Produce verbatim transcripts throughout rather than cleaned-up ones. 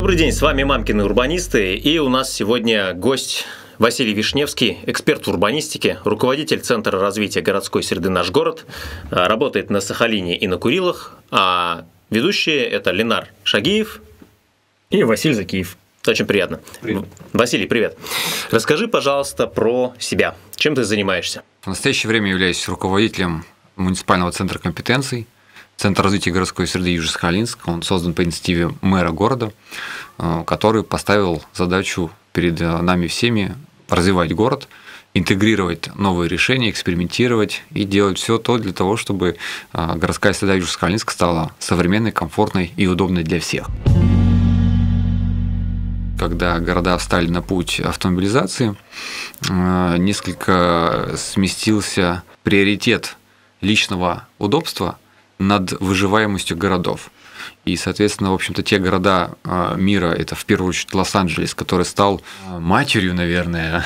Добрый день, с вами Мамкины урбанисты, и у нас сегодня гость Василий Вишневский, эксперт в урбанистике, руководитель Центра развития городской среды «Наш город», работает на Сахалине и на Курилах, а ведущие – это Ленар Шагиев и Василий Закиев. Очень приятно. Привет. Василий, привет. Расскажи, пожалуйста, про себя. Чем ты занимаешься? В настоящее время являюсь руководителем муниципального центра компетенций, Центр развития городской среды Южно-Сахалинск. Он создан по инициативе мэра города, который поставил задачу перед нами всеми развивать город, интегрировать новые решения, экспериментировать и делать все то для того, чтобы городская среда Южно-Сахалинска стала современной, комфортной и удобной для всех. Когда города встали на путь автомобилизации, несколько сместился приоритет личного удобства над выживаемостью городов. И, соответственно, в общем-то, те города мира, это в первую очередь Лос-Анджелес, который стал матерью, наверное,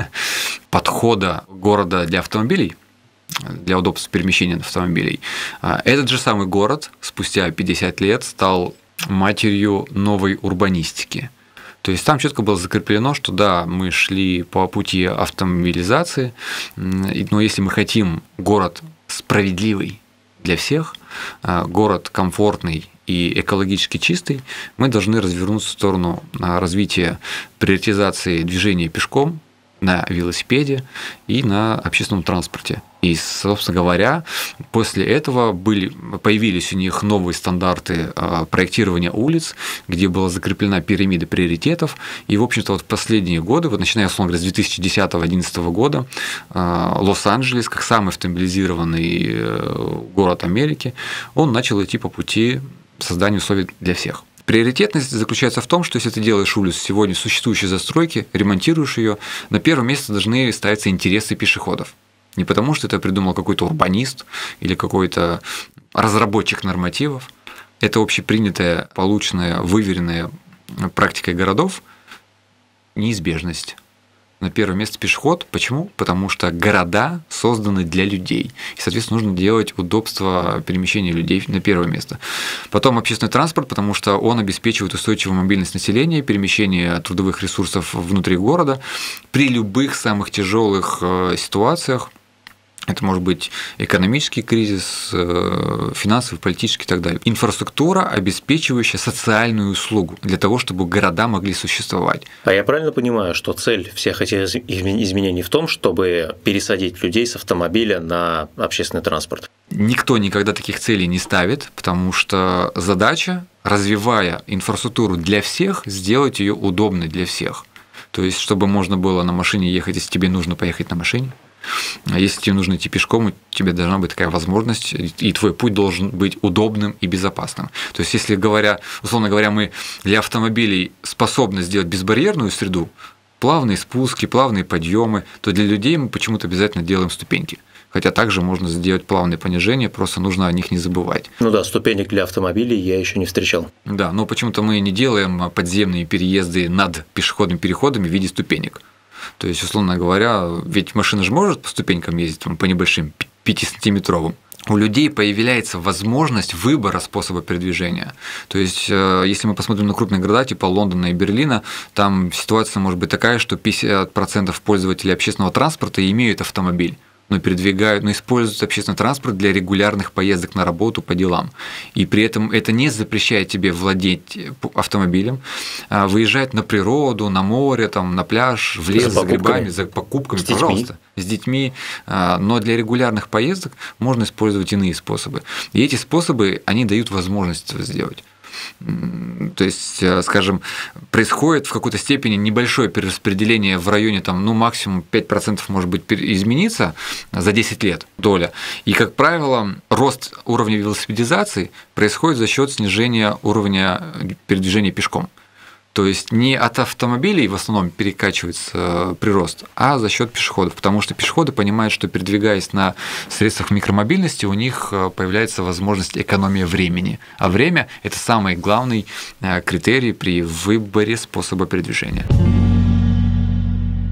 подхода города для автомобилей, для удобства перемещения автомобилей. Этот же самый город спустя пятьдесят лет стал матерью новой урбанистики. То есть там четко было закреплено, что да, мы шли по пути автомобилизации, но если мы хотим город справедливый для всех, город комфортный и экологически чистый, мы должны развернуться в сторону развития приоритизации движения пешком, на велосипеде и на общественном транспорте. И, собственно говоря, после этого были, появились у них новые стандарты проектирования улиц, где была закреплена пирамида приоритетов. И, в общем-то, вот в последние годы, вот начиная, условно говоря, с две тысячи десятого — две тысячи одиннадцатого года, Лос-Анджелес, как самый автомобилизированный город Америки, он начал идти по пути создания условий для всех. Приоритетность заключается в том, что если ты делаешь улицу сегодня существующей застройки, ремонтируешь ее, на первое место должны ставиться интересы пешеходов. Не потому, что это придумал какой-то урбанист или какой-то разработчик нормативов. Это общепринятая, полученная, выверенная практикой городов неизбежность. На первое место пешеход. Почему? Потому что города созданы для людей. И, соответственно, нужно делать удобство перемещения людей на первое место. Потом общественный транспорт, потому что он обеспечивает устойчивую мобильность населения, перемещение трудовых ресурсов внутри города при любых самых тяжелых ситуациях. Это может быть экономический кризис, финансовый, политический и так далее. Инфраструктура, обеспечивающая социальную услугу для того, чтобы города могли существовать. А я правильно понимаю, что цель всех этих изменений в том, чтобы пересадить людей с автомобиля на общественный транспорт? Никто никогда таких целей не ставит, потому что задача, развивая инфраструктуру для всех, сделать ее удобной для всех. То есть, чтобы можно было на машине ехать, если тебе нужно поехать на машине. А если тебе нужно идти пешком, у тебя должна быть такая возможность, и твой путь должен быть удобным и безопасным. То есть, если говоря, условно говоря, мы для автомобилей способны сделать безбарьерную среду, плавные спуски, плавные подъемы, то для людей мы почему-то обязательно делаем ступеньки. Хотя также можно сделать плавные понижения, просто нужно о них не забывать. Ну да, ступенек для автомобилей я еще не встречал. Да, но почему-то мы не делаем подземные переезды над пешеходными переходами в виде ступенек. То есть, условно говоря, ведь машина же может по ступенькам ездить, по небольшим, пятисантиметровым. У людей появляется возможность выбора способа передвижения. То есть, если мы посмотрим на крупные города, типа Лондона и Берлина, там ситуация может быть такая, что пятьдесят процентов пользователей общественного транспорта имеют автомобиль, но передвигают, но используют общественный транспорт для регулярных поездок на работу по делам. И при этом это не запрещает тебе владеть автомобилем, а выезжать на природу, на море, там, на пляж, в лес за, за грибами, за покупками, с пожалуйста, детьми. с детьми. Но для регулярных поездок можно использовать иные способы. И эти способы, они дают возможность это сделать. То есть, скажем, происходит в какой-то степени небольшое перераспределение в районе, там, ну, максимум пять процентов может быть измениться за десять лет доля. И, как правило, рост уровня велосипедизации происходит за счет снижения уровня передвижения пешком. То есть не от автомобилей в основном перекачивается прирост, а за счет пешеходов, потому что пешеходы понимают, что передвигаясь на средствах микромобильности, у них появляется возможность экономии времени. А время – это самый главный критерий при выборе способа передвижения.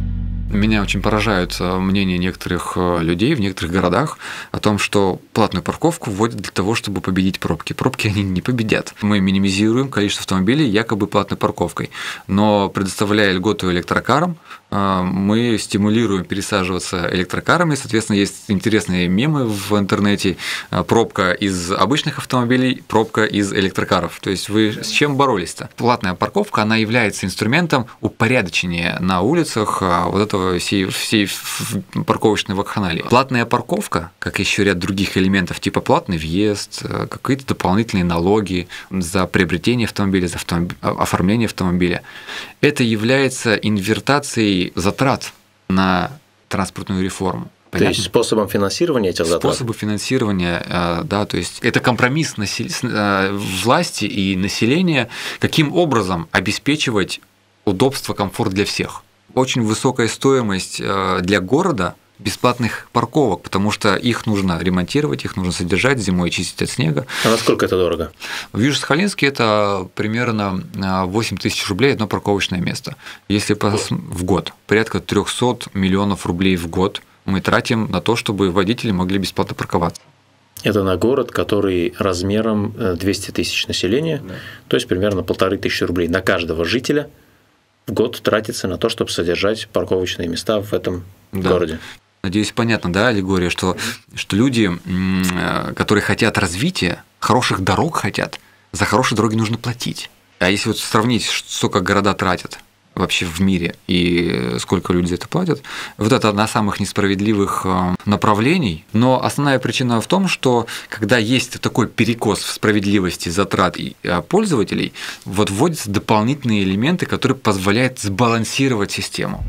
Меня очень поражают мнения некоторых людей в некоторых городах о том, что платную парковку вводят для того, чтобы победить пробки. Пробки они не победят. Мы минимизируем количество автомобилей якобы платной парковкой, но предоставляя льготу электрокарам, мы стимулируем пересаживаться электрокарами. Соответственно, есть интересные мемы в интернете: пробка из обычных автомобилей, пробка из электрокаров. То есть вы с чем боролись-то? Платная парковка, она является инструментом упорядочения на улицах вот этого всей, всей парковочной вакханалии. Платная парковка, как еще ряд других элементов, типа платный въезд, какие-то дополнительные налоги за приобретение автомобиля, за автомоб... оформление автомобиля, это является инвертацией затрат на транспортную реформу. Понятно? То есть способом финансирования этих затрат? Способы финансирования, да, то есть это компромисс власти и населения, каким образом обеспечивать удобство, комфорт для всех. Очень высокая стоимость для города бесплатных парковок, потому что их нужно ремонтировать, их нужно содержать, зимой чистить от снега. А насколько это дорого? В Южно-Сахалинске это примерно восемь тысяч рублей одно парковочное место. Если в год, порядка триста миллионов рублей в год мы тратим на то, чтобы водители могли бесплатно парковаться. Это на город, который размером двести тысяч населения, да. То есть примерно полторы тысячи рублей на каждого жителя в год тратится на то, чтобы содержать парковочные места в этом да. городе. Надеюсь, понятно, да, аллегория, что, что люди, которые хотят развития, хороших дорог хотят, за хорошие дороги нужно платить. А если вот сравнить, сколько города тратят вообще в мире и сколько люди за это платят, вот это одна из самых несправедливых направлений. Но основная причина в том, что когда есть такой перекос в справедливости затрат пользователей, вот вводятся дополнительные элементы, которые позволяют сбалансировать систему.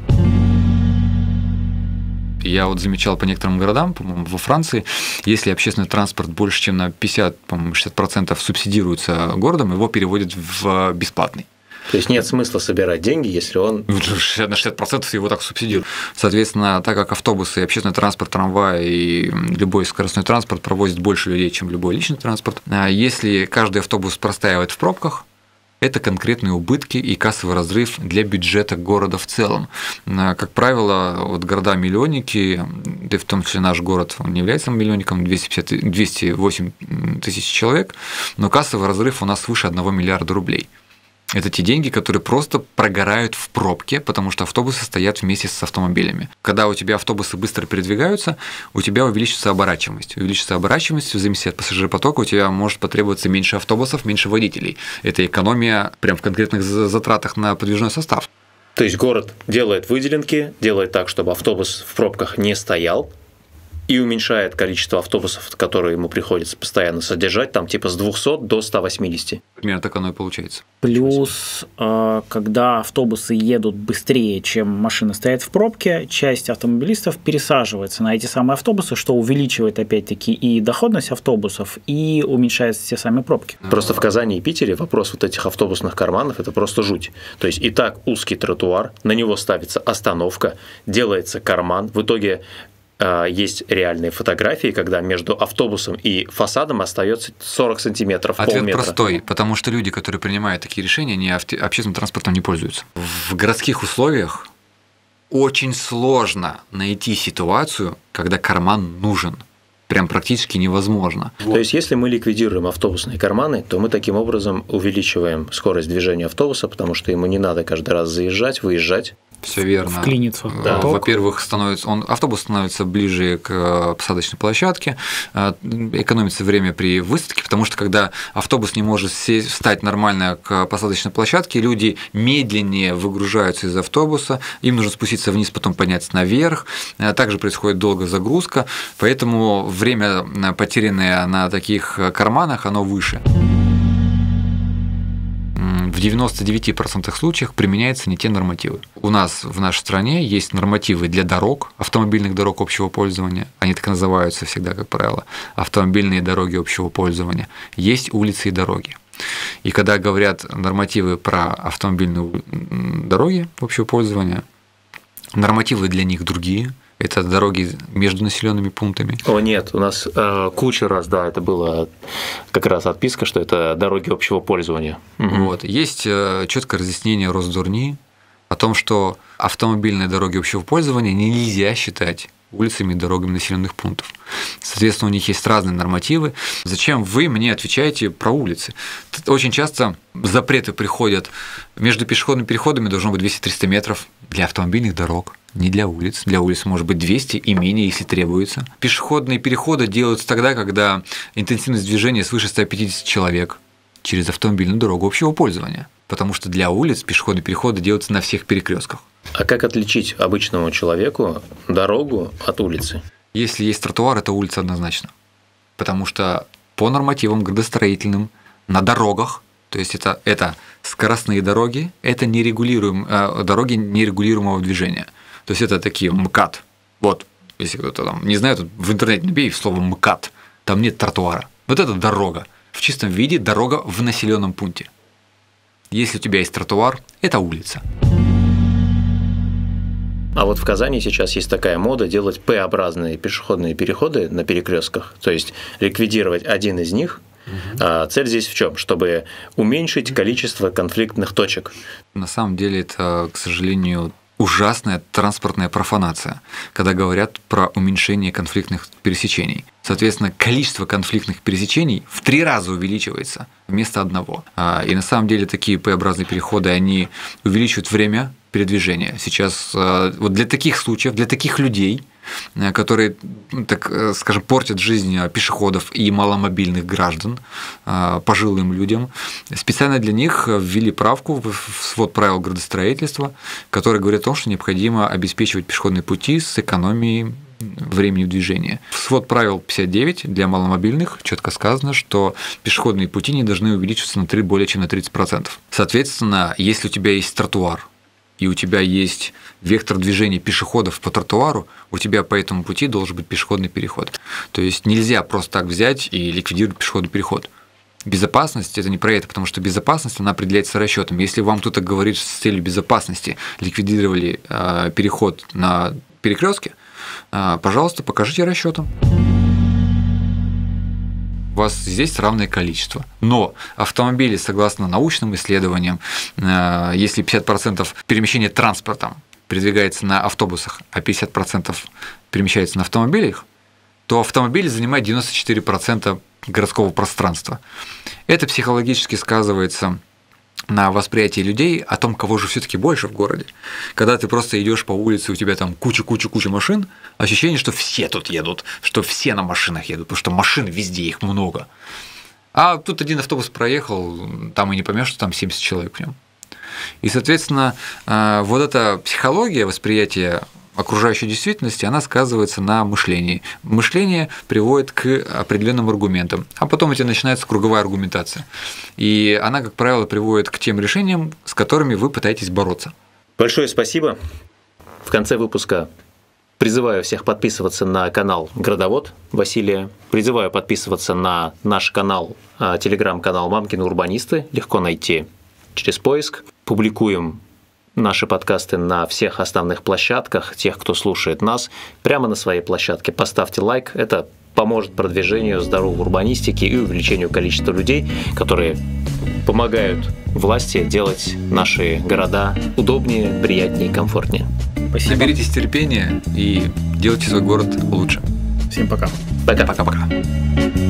Я вот замечал по некоторым городам, по-моему, во Франции, если общественный транспорт больше, чем на пятьдесят, по-моему, шестьдесят процентов субсидируется городом, его переводят в бесплатный. То есть нет смысла собирать деньги, если он… На шестьдесят процентов его так субсидируют. Соответственно, так как автобусы, общественный транспорт, трамвай и любой скоростной транспорт провозят больше людей, чем любой личный транспорт, если каждый автобус простаивает в пробках, это конкретные убытки и кассовый разрыв для бюджета города в целом. Как правило, вот города-миллионники, да в том числе наш город, он не является миллионником, двести пятьдесят, двести восемь тысяч человек, но кассовый разрыв у нас свыше одного миллиарда рублей. Это те деньги, которые просто прогорают в пробке, потому что автобусы стоят вместе с автомобилями. Когда у тебя автобусы быстро передвигаются, у тебя увеличится оборачиваемость. Увеличится оборачиваемость, в зависимости от пассажиропотока, у тебя может потребоваться меньше автобусов, меньше водителей. Это экономия прям в конкретных затратах на подвижной состав. То есть город делает выделенки, делает так, чтобы автобус в пробках не стоял, и уменьшает количество автобусов, которые ему приходится постоянно содержать, там типа с двухсот до ста восьмидесяти. Примерно так оно и получается. Плюс, когда автобусы едут быстрее, чем машины стоят в пробке, часть автомобилистов пересаживается на эти самые автобусы, что увеличивает опять-таки и доходность автобусов, и уменьшает те самые пробки. Просто в Казани и Питере вопрос вот этих автобусных карманов – это просто жуть. То есть и так узкий тротуар, на него ставится остановка, делается карман, в итоге есть реальные фотографии, когда между автобусом и фасадом остается сорок сантиметров, полметра. Ответ простой, потому что люди, которые принимают такие решения, они общественным транспортом не пользуются. В городских условиях очень сложно найти ситуацию, когда карман нужен. Прям практически невозможно. То есть, если мы ликвидируем автобусные карманы, то мы таким образом увеличиваем скорость движения автобуса, потому что ему не надо каждый раз заезжать, выезжать. Все верно. Вклиниться. Да. Во-первых, становится, он, автобус становится ближе к посадочной площадке, экономится время при высадке, потому что когда автобус не может сесть, встать нормально к посадочной площадке, люди медленнее выгружаются из автобуса, им нужно спуститься вниз, потом подняться наверх, также происходит долгая загрузка, поэтому время, потерянное на таких карманах, оно выше. В девяноста девяти процентах случаев применяются не те нормативы. У нас в нашей стране есть нормативы для дорог, автомобильных дорог общего пользования, они так и называются всегда, как правило, автомобильные дороги общего пользования, есть улицы и дороги. И когда говорят нормативы про автомобильные дороги общего пользования, нормативы для них другие. Это дороги между населенными пунктами. О, нет, у нас э, куча раз, да, это была как раз отписка, что это дороги общего пользования. Угу. Вот. Есть четкое разъяснение Росдурни о том, что автомобильные дороги общего пользования нельзя считать улицами и дорогами населенных пунктов. Соответственно, у них есть разные нормативы. Зачем вы мне отвечаете про улицы? Очень часто запреты приходят. Между пешеходными переходами должно быть двести-триста метров для автомобильных дорог, не для улиц. Для улиц может быть двести и менее, если требуется. Пешеходные переходы делаются тогда, когда интенсивность движения свыше ста пятидесяти человек через автомобильную дорогу общего пользования. Потому что для улиц пешеходные переходы делаются на всех перекрестках. А как отличить обычному человеку дорогу от улицы? Если есть тротуар, это улица однозначно. Потому что по нормативам градостроительным на дорогах, то есть это, это скоростные дороги, это нерегулируем, э, дороги нерегулируемого движения. То есть это такие МКАД. Вот, если кто-то там не знает, в интернете набей слово МКАД, там нет тротуара. Вот это дорога. В чистом виде дорога в населенном пункте. Если у тебя есть тротуар, это улица. А вот в Казани сейчас есть такая мода делать П-образные пешеходные переходы на перекрестках, то есть ликвидировать один из них. Угу. Цель здесь в чем? Чтобы уменьшить количество конфликтных точек. На самом деле это, к сожалению, ужасная транспортная профанация, когда говорят про уменьшение конфликтных пересечений. Соответственно, количество конфликтных пересечений в три раза увеличивается вместо одного. И на самом деле такие П-образные переходы, они увеличивают время передвижения. Сейчас вот для таких случаев, для таких людей, которые, так скажем, портят жизнь пешеходов и маломобильных граждан, пожилым людям, специально для них ввели правку в свод правил градостроительства, который говорит о том, что необходимо обеспечивать пешеходные пути с экономией времени движения. В свод правил пятьдесят девять для маломобильных четко сказано, что пешеходные пути не должны увеличиваться на три, более чем на тридцать процентов. Соответственно, если у тебя есть тротуар, и у тебя есть вектор движения пешеходов по тротуару, у тебя по этому пути должен быть пешеходный переход. То есть нельзя просто так взять и ликвидировать пешеходный переход. Безопасность – это не про это, потому что безопасность, она определяется расчетом. Если вам кто-то говорит, что с целью безопасности ликвидировали э, переход на перекрестке, э, пожалуйста, покажите расчетом. У вас здесь равное количество. Но автомобили, согласно научным исследованиям, если пятьдесят процентов перемещения транспортом передвигается на автобусах, а пятьдесят процентов перемещается на автомобилях, то автомобили занимают девяносто четыре процента городского пространства. Это психологически сказывается на восприятии людей о том, кого же все-таки больше в городе. Когда ты просто идешь по улице, у тебя там куча-куча-куча машин, ощущение, что все тут едут, что все на машинах едут, потому что машин везде, их много. А тут один автобус проехал, там и не поймешь, что там семьдесят человек в нем. И, соответственно, вот эта психология восприятия окружающей действительности, она сказывается на мышлении. Мышление приводит к определенным аргументам, а потом у тебя начинается круговая аргументация. И она, как правило, приводит к тем решениям, с которыми вы пытаетесь бороться. Большое спасибо. В конце выпуска призываю всех подписываться на канал «Градовод» Василия. Призываю подписываться на наш канал, телеграм-канал «Мамкины урбанисты». Легко найти через поиск. Публикуем наши подкасты на всех основных площадках, тех, кто слушает нас, прямо на своей площадке. Поставьте лайк, это поможет продвижению здоровой урбанистики и увеличению количества людей, которые помогают власти делать наши города удобнее, приятнее, комфортнее. Спасибо. Наберитесь терпения и делайте свой город лучше. Всем пока. Пока. Пока-пока.